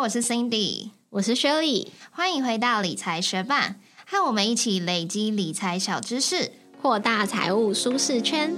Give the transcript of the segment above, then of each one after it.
我是 Cindy， 我是 Shirley， 欢迎回到理财学伴，和我们一起累积理财小知识， 扩大财务舒适圈。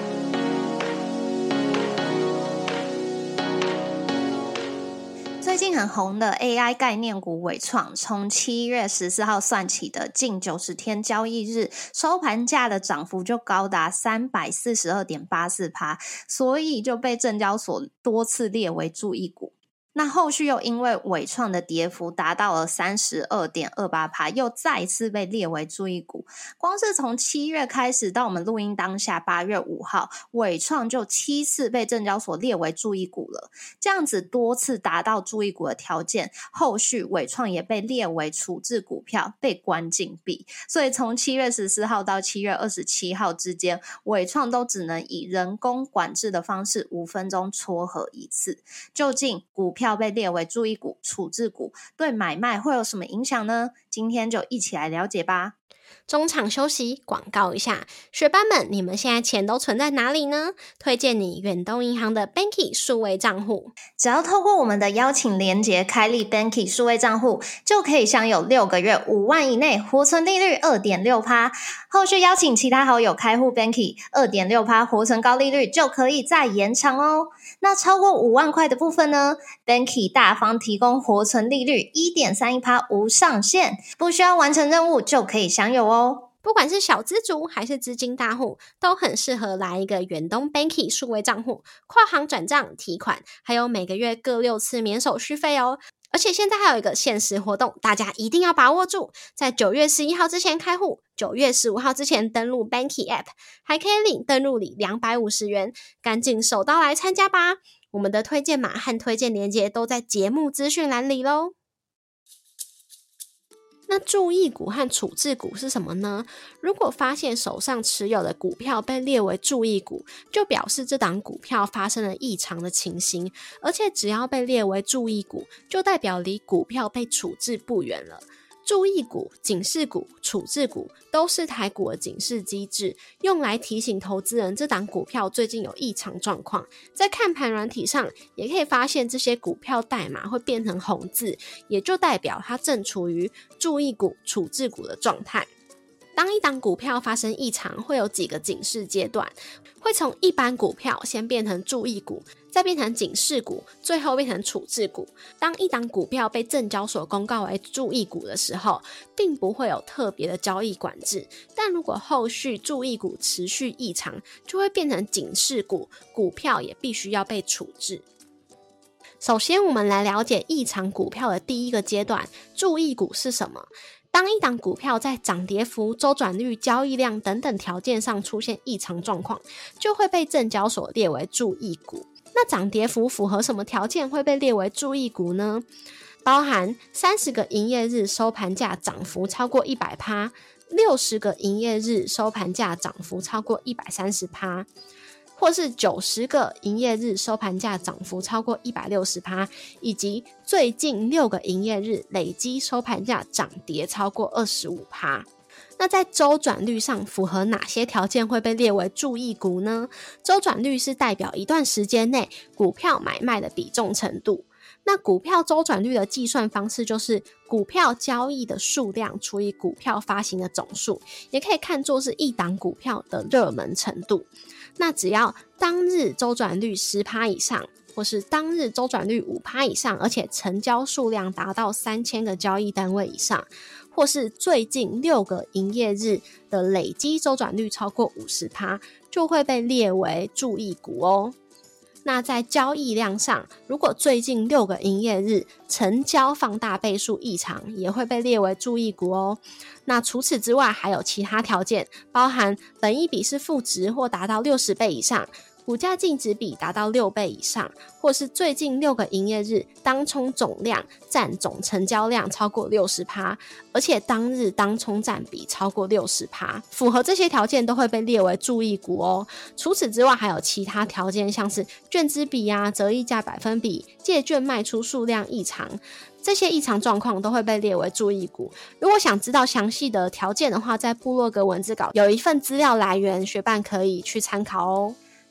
最近很红的 AI 概念股伟创，从7月14号算起的近90天交易日，收盘价的涨幅就高达 342.84%， 所以就被证交所多次列为注意股。那后续又因为伟创的跌幅达到了 32.28%， 又再次被列为注意股。光是从7月开始到我们录音当下8月5号，伟创就7次被证交所列为注意股了。这样子多次达到注意股的条件，后续伟创也被列为处置股票，被关禁闭。所以从7月14号到7月27号之间，伟创都只能以人工管制的方式5分钟撮合一次。究竟股票被列为注意股、处置股，对买卖会有什么影响呢？今天就一起来了解吧。 中场休息，广告一下，学班们，你们现在钱都存在哪里呢？推荐你远东银行的 Banky 数位账户， 只要透过我们的邀请连结开立 Banky 数位账户，就可以享有6个月5万以内活存利率 2.6%， 后续邀请其他好友开户 Banky， 2.6% 活存高利率就可以再延长哦。那超过5万块的部分呢， Banky 大方提供活存利率 1.31% 无上限，不需要完成任务就可以享有哦。 不管是小资族还是资金大户，都很适合来一个远东 Banky 数位账户，跨行转账、提款，还有每个月各6次免手续费哦。而且现在还有一个限时活动，大家一定要把握住，在9月11号之前开户，9月15号之前登录 Banky App， 还可以领登录礼250元，赶紧手刀来参加吧！我们的推荐码和推荐连结都在节目资讯栏里咯。那注意股和处置股是什么呢？如果发现手上持有的股票被列为注意股，就表示这档股票发生了异常的情形，而且只要被列为注意股，就代表离股票被处置不远了。注意股、警示股、处置股都是台股的警示机制，用来提醒投资人这档股票最近有异常状况。在看盘软体上也可以发现这些股票代码会变成红字，也就代表它正处于注意股、处置股的状态。当一档股票发生异常，会有几个警示阶段，会从一般股票先变成注意股，再变成警示股，最后变成处置股。当一档股票被证交所公告为注意股的时候，并不会有特别的交易管制，但如果后续注意股持续异常，就会变成警示股，股票也必须要被处置。首先我们来了解异常股票的第一个阶段，注意股是什么？当一档股票在涨跌幅、周转率、交易量等等条件上出现异常状况，就会被证交所列为注意股。那涨跌幅符合什么条件会被列为注意股呢？包含30个营业日收盘价涨幅超过 100%， 60个营业日收盘价涨幅超过 130%，或是90个营业日收盘价涨幅超过 160%， 以及最近6个营业日累积收盘价涨跌超过 25%。 那在周转率上符合哪些条件会被列为注意股呢？周转率是代表一段时间内股票买卖的比重程度。那股票周转率的计算方式就是股票交易的数量除以股票发行的总数，也可以看作是一档股票的热门程度。那只要当日周转率 10% 以上，或是当日周转率 5% 以上，而且成交数量达到3000个交易单位以上，或是最近6个营业日的累积周转率超过 50%， 就会被列为注意股哦。那在交易量上，如果最近6个营业日成交放大倍数异常，也会被列为注意股哦。那除此之外还有其他条件，包含本益比是负值或达到60倍以上，股价净值比达到6倍以上，或是最近6个营业日当冲总量占总成交量超过 60%， 而且当日当冲占比超过 60%， 符合这些条件都会被列为注意股哦。除此之外还有其他条件，像是券资比啊、折溢价百分比、借券卖出数量异常，这些异常状况都会被列为注意股。如果想知道详细的条件的话，在部落格文字稿有一份资料来源，学伴可以去参考哦。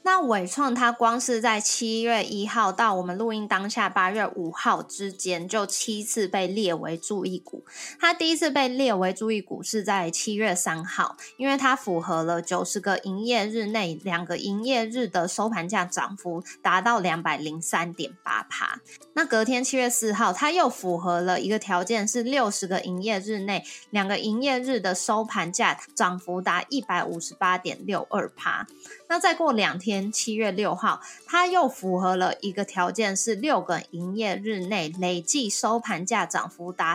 那伟创它光是在7月1号到我们录音当下8月5号之间就7次被列为注意股。它第一次被列为注意股是在7月3号，因为它符合了90个营业日内2个营业日的收盘价涨幅达到 203.8%。那隔天7月4号它又符合了一个条件，是60个营业日内2个营业日的收盘价涨幅达 158.62%。那再过2天7月6号它又符合了一个条件，是6个营业日内累计收盘价涨幅达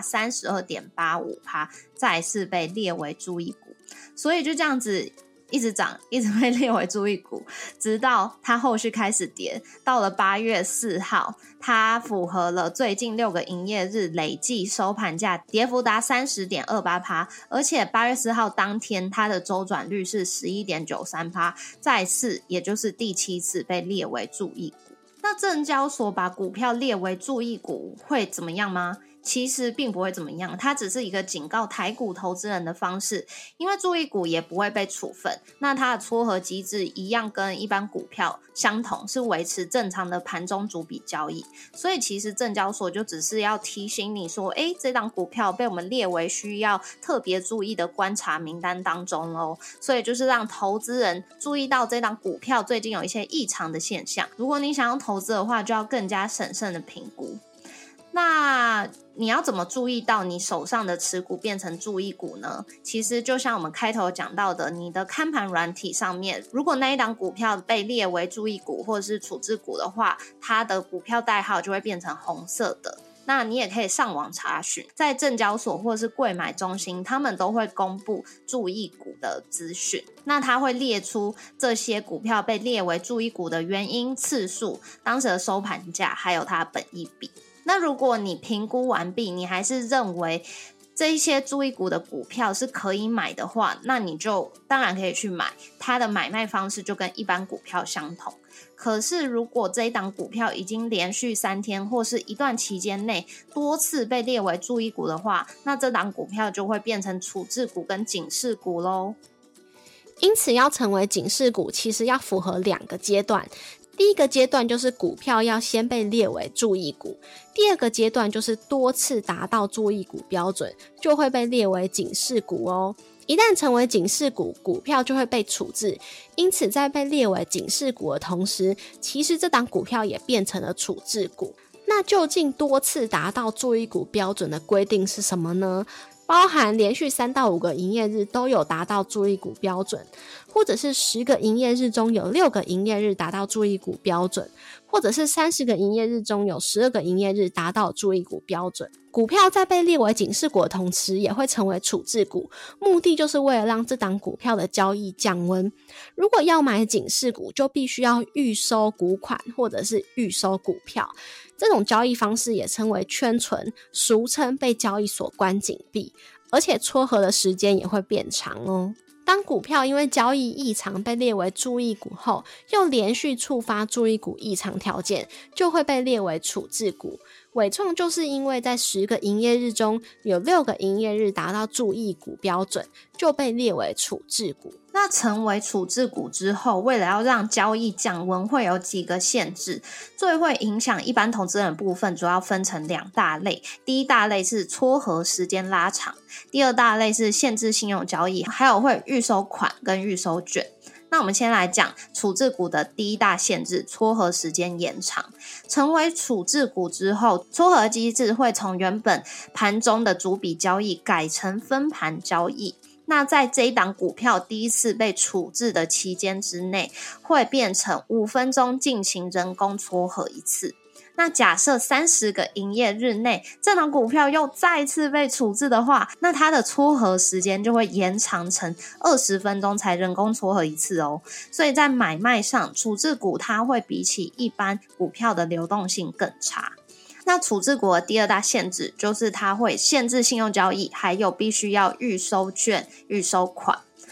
32.85%， 再次被列为注意股。所以就这样子一直涨，一直被列为注意股，直到它后续开始跌，到了8月4号它符合了最近6个营业日累计收盘价跌幅达 30.28%， 而且8月4号当天它的周转率是 11.93%， 再次也就是第7次被列为注意股。那证交所把股票列为注意股会怎么样吗？其实并不会怎么样，它只是一个警告台股投资人的方式，因为注意股也不会被处分，那它的撮合机制一样跟一般股票相同，是维持正常的盘中逐笔交易。所以其实证交所就只是要提醒你说，这档股票被我们列为需要特别注意的观察名单当中咯，所以就是让投资人注意到这档股票最近有一些异常的现象，如果你想要投资的话，就要更加审慎的评估。那你要怎么注意到你手上的持股变成注意股呢？其实就像我们开头讲到的，你的看盘软体上面，如果那一档股票被列为注意股或者是处置股的话，它的股票代号就会变成红色的。那你也可以上网查询，在证交所或者是柜买中心，他们都会公布注意股的资讯。那它会列出这些股票被列为注意股的原因、次数、当时的收盘价，还有它的本益比。那如果你评估完毕，你还是认为这一些注意股的股票是可以买的话，那你就当然可以去买，它的买卖方式就跟一般股票相同。可是如果这一档股票已经连续3天或是一段期间内多次被列为注意股的话，那这档股票就会变成处置股跟警示股咯。 因此要成为警示股，其实要符合2个阶段。第一个阶段就是股票要先被列为注意股，第二个阶段就是多次达到注意股标准，就会被列为警示股哦。一旦成为警示股，股票就会被处置，因此在被列为警示股的同时，其实这档股票也变成了处置股。那究竟多次达到注意股标准的规定是什么呢？包含连续3到5个营业日都有达到注意股标准，或者是10个营业日中有6个营业日达到注意股标准，或者是30个营业日中有12个营业日达到注意股标准。股票在被列为警示股的同时也会成为处置股，目的就是为了让这档股票的交易降温。如果要买警示股，就必须要预收股款或者是预收股票，这种交易方式也称为圈存，俗称被交易所关紧闭，而且撮合的时间也会变长哦。当股票因为交易异常被列为注意股后，又连续触发注意股异常条件，就会被列为处置股。伟创就是因为在10个营业日中有6个营业日达到注意股标准，就被列为处置股。 那成为处置股之后，为了要让交易降温，会有几个限制。最会影响一般投资人的部分主要分成2大类，第一大类是撮合时间拉长，第二大类是限制信用交易，还有会预收款跟预收券。那我们先来讲处置股的第一大限制，撮合时间延长。成为处置股之后，撮合机制会从原本盘中的逐笔交易改成分盘交易。那在这一档股票第一次被处置的期间之内，会变成5分钟进行人工撮合一次。那假设30个营业日内这档股票又再次被处置的话，那它的撮合时间就会延长成20分钟才人工撮合一次哦。所以在买卖上，处置股它会比起一般股票的流动性更差。那处置股的第二大限制就是它会限制信用交易，还有必须要预收券、预收款。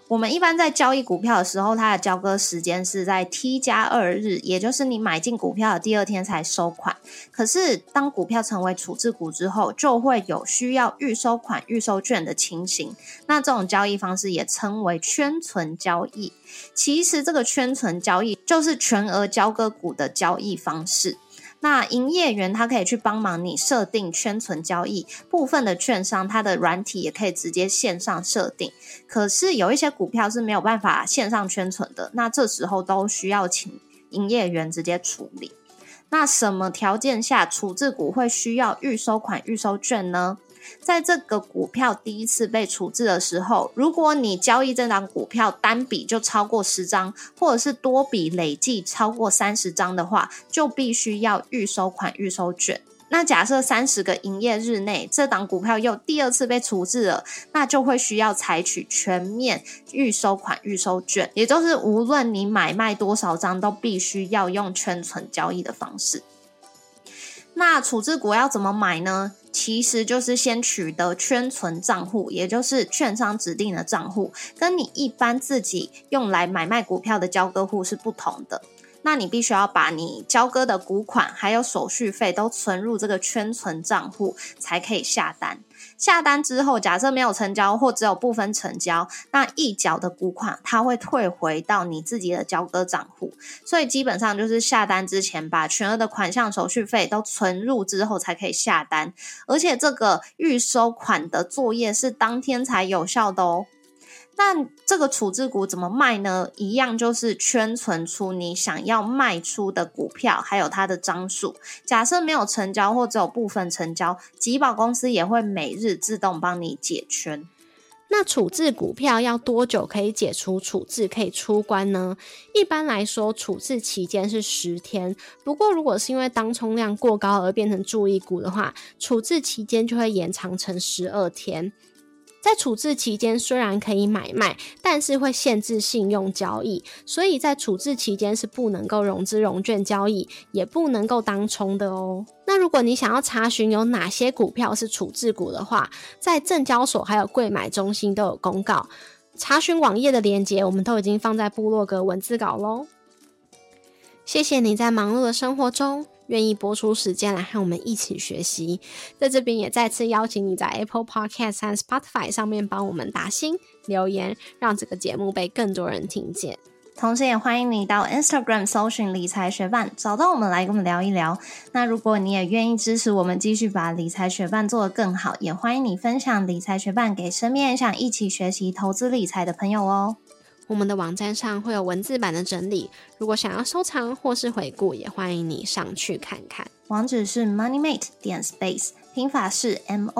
我们一般在交易股票的时候，它的交割时间是在 T+2 日，也就是你买进股票的第2天才收款。可是当股票成为处置股之后，就会有需要预收款、预收券的情形。那这种交易方式也称为圈存交易。其实这个圈存交易就是全额交割股的交易方式。那营业员他可以去帮忙你设定圈存交易，部分的券商它的软体也可以直接线上设定，可是有一些股票是没有办法线上圈存的，那这时候都需要请营业员直接处理。那什么条件下处置股会需要预收款、预收券呢？在这个股票第一次被处置的时候，如果你交易这张股票单笔就超过10张，或者是多笔累计超过30张的话，就必须要预收款、预收券。那假设30个营业日内，这档股票又第2次被处置了，那就会需要采取全面预收款、预收券，也就是无论你买卖多少张，都必须要用圈存交易的方式。那处置股要怎么买呢？其实就是先取得圈存账户，也就是券商指定的账户，跟你一般自己用来买卖股票的交割户是不同的。那你必须要把你交割的股款还有手续费都存入这个圈存账户，才可以下单。下单之后，假设没有成交或只有部分成交，那一缴的股款它会退回到你自己的交割账户。所以基本上就是下单之前把全额的款项、手续费都存入之后才可以下单，而且这个预收款的作业是当天才有效的哦。那这个处置股怎么卖呢？一样就是圈存出你想要卖出的股票，还有它的张数。假设没有成交或只有部分成交，集保公司也会每日自动帮你解圈。 那处置股票要多久可以解除处置，可以出关呢？一般来说，处置期间是10天。不过，如果是因为当冲量过高而变成注意股的话，处置期间就会延长成12天。在处置期间虽然可以买卖，但是会限制信用交易，所以在处置期间是不能够融资融券交易，也不能够当冲的哦。那如果你想要查询有哪些股票是处置股的话，在证交所还有柜买中心都有公告，查询网页的连结我们都已经放在部落格文字稿咯。谢谢你在忙碌的生活中愿意拨出时间来和我们一起学习，在这边也再次邀请你在 Apple Podcast 和 Spotify 上面帮我们打星留言，让这个节目被更多人听见。 同时也欢迎你到 Instagram 搜寻理财学伴，找到我们来跟我们聊一聊。那如果你也愿意支持我们继续把理财学伴做得更好，也欢迎你分享理财学伴给身边也想一起学习投资理财的朋友哦。 我们的网站上会有文字版的整理，如果想要收藏或是回顾，也欢迎你上去看看。 网址是 moneymate.space， 拼法是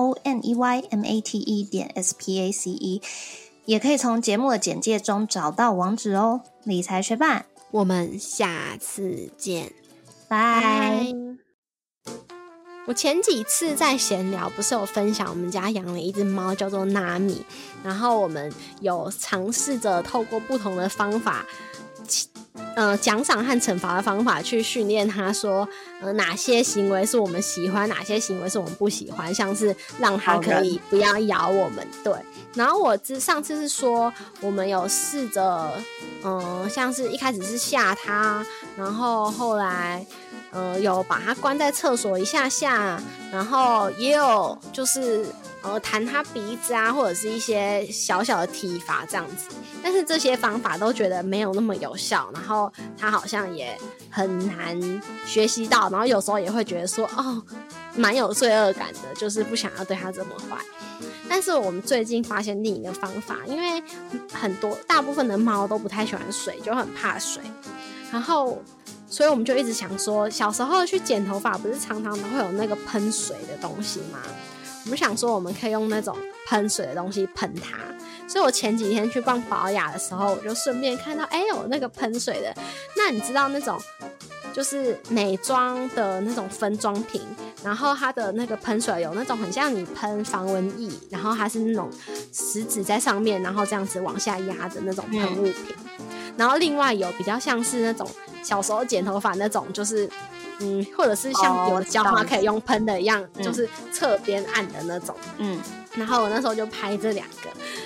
moneymate.space， 也可以从节目的简介中找到网址哦。理财学伴， 我们下次见， 拜。 我前几次在闲聊不是有分享我们家养了一只猫叫做纳米，然后我们有尝试着透过不同的方法奖赏和惩罚的方法去训练它，说哪些行为是我们喜欢，哪些行为是我们不喜欢，像是让它可以不要咬我们。对，然后我上次是说我们有试着像是一开始是吓它，然后后来有把它关在厕所一下下，然后也有就是弹它鼻子啊，或者是一些小小的体罚这样子，但是这些方法都觉得没有那么有效，然后它好像也很难学习到，然后有时候也会觉得说蛮有罪恶感的，就是不想要对它这么坏。但是我们最近发现另一个方法，因为大部分的猫都不太喜欢水，就很怕水，然后所以我们就一直想说，小时候去剪头发不是常常都会有那个喷水的东西吗？我们想说我们可以用那种喷水的东西喷它，所以我前几天去逛宝雅的时候，我就顺便看到有那个喷水的。那你知道那种就是美妆的那种分装瓶，然后它的那个喷水有那种很像你喷防蚊液，然后它是那种食指在上面，然后这样子往下压的那种喷雾瓶，然后另外有比较像是那种小时候剪头发那种，就是或者是像有的胶花可以用喷的一样，就是侧边按的那种。然后我那时候就拍这2个，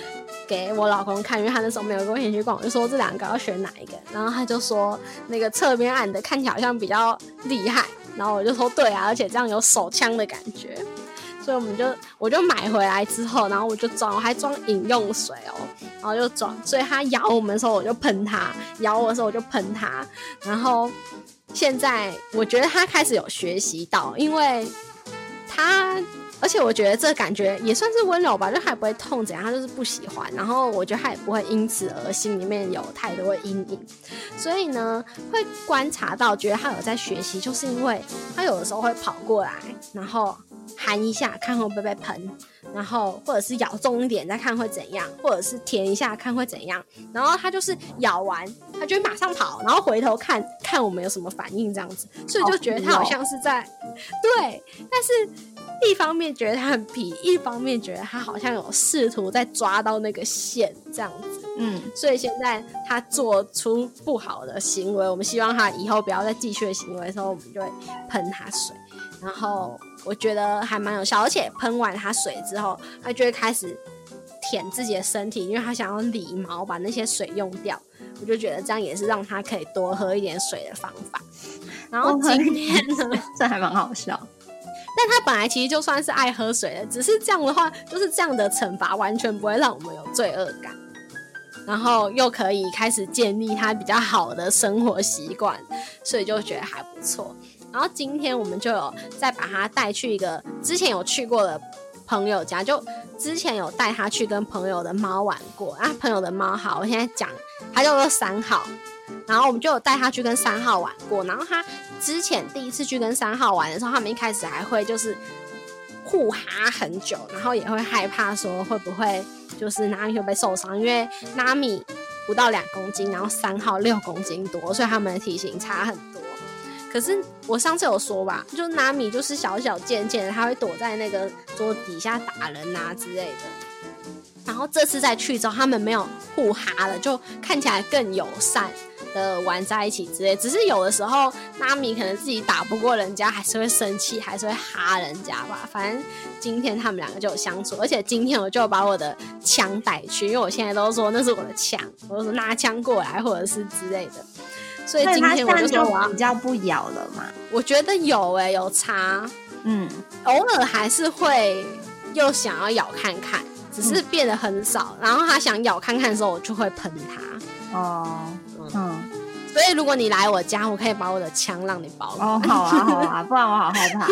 给我老公看，因为他那时候没有跟我一起去逛，我就说这2个要选哪一个，然后他就说那个侧边按的看起来好像比较厉害，然后我就说对啊，而且这样有手枪的感觉，所以我就买回来之后，然后我就装，我还装饮用水哦，然后就装，所以他咬我们的时候我就喷他，咬我的时候我就喷他，然后现在我觉得他开始有学习到，因为而且我觉得这感觉也算是温柔吧，就还不会痛怎样，他就是不喜欢，然后我觉得他也不会因此而心里面有太多的阴影，所以呢会观察到觉得他有在学习，就是因为他有的时候会跑过来，然后含一下看会不会被喷，然后或者是咬重一点再看会怎样，或者是舔一下看会怎样，然后他就是咬完他就会马上跑，然后回头看我们有什么反应这样子，所以就觉得他好像是在对，但是一方面觉得他很皮，一方面觉得他好像有试图在抓到那个线这样子，所以现在他做出不好的行为，我们希望他以后不要再继续的行为的时候，我们就会喷他水，然后我觉得还蛮有效，而且喷完他水之后，他就会开始舔自己的身体，因为他想要理毛把那些水用掉，我就觉得这样也是让他可以多喝一点水的方法。然后今天呢， 这还蛮好笑。 但他本来其实就算是爱喝水的，只是这样的话，就是这样的惩罚完全不会让我们有罪恶感，然后又可以开始建立他比较好的生活习惯，所以就觉得还不错。然后今天我们就有再把他带去一个之前有去过的朋友家，就之前有带他去跟朋友的猫玩过啊，朋友的猫好，我现在讲他叫做3号，然后我们就有带他去跟3号玩过，然后他之前第一次去跟3号玩的时候，他们一开始还会就是互哈很久，然后也会害怕说会不会就是纳米会被受伤，因为纳米不到2公斤，然后3号6公斤多，所以他们的体型差很多。可是我上次有说吧，就纳米就是小小贱贱的，他会躲在那个桌底下打人啊之类的。然后这次再去之后，他们没有互哈了，就看起来更友善的玩在一起之类，只是有的时候纳米可能自己打不过人家，还是会生气，还是会哈人家吧。反正今天他们2个就有相处，而且今天我就把我的枪带去，因为我现在都说那是我的枪，我就说拿枪过来或者是之类的。所以今天我就说我比较不咬了嘛。 我觉得有有差，偶尔还是会又想要咬看看，只是变得很少。然后他想咬看看的时候，我就会喷他。所以如果你来我家，我可以把我的枪让你保管。 好啊，不然我好害怕。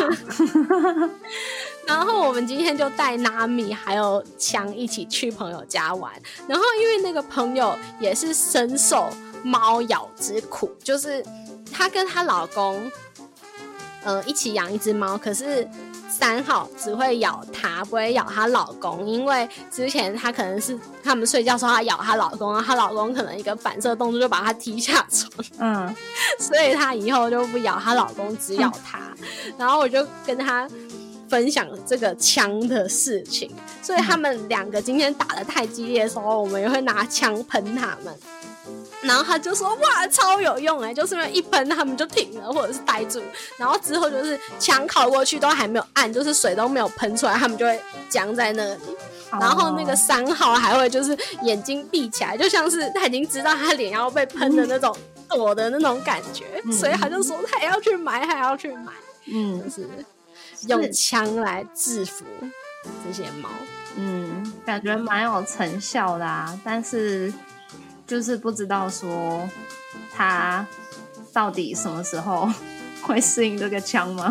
然后我们今天就带纳米还有枪一起去朋友家玩，然后因为那个朋友也是深受猫咬之苦，就是她跟她老公一起养一只猫，可是3号只会咬她，不会咬她老公，因为之前她可能是他们睡觉的时候她咬她老公，然后她老公可能一个反射动作就把她踢下床，所以她以后就不咬她老公，只咬她。然后我就跟她分享这个枪的事情，所以他们2个今天打得太激烈的时候，我们也会拿枪喷他们。然后他就说哇超有用就是因为一喷他们就停了或者是呆住，然后之后就是枪靠过去都还没有按，就是水都没有喷出来，他们就会僵在那里。然后那个3号还会就是眼睛闭起来，就像是他已经知道他脸要被喷的那种躲的那种感觉，所以他就说他要去买，就是用枪来制服这些猫。 感觉蛮有成效的啊，但是就是不知道说他到底什么时候会适应这个枪吗？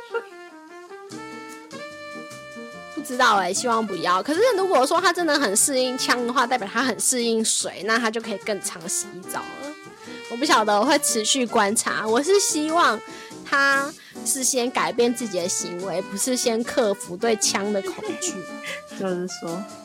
不知道希望不要。可是如果说他真的很适应枪的话，代表他很适应水，那他就可以更常洗澡了。我不晓得，我会持续观察。我是希望他是先改变自己的行为，不是先克服对枪的恐惧。 就是说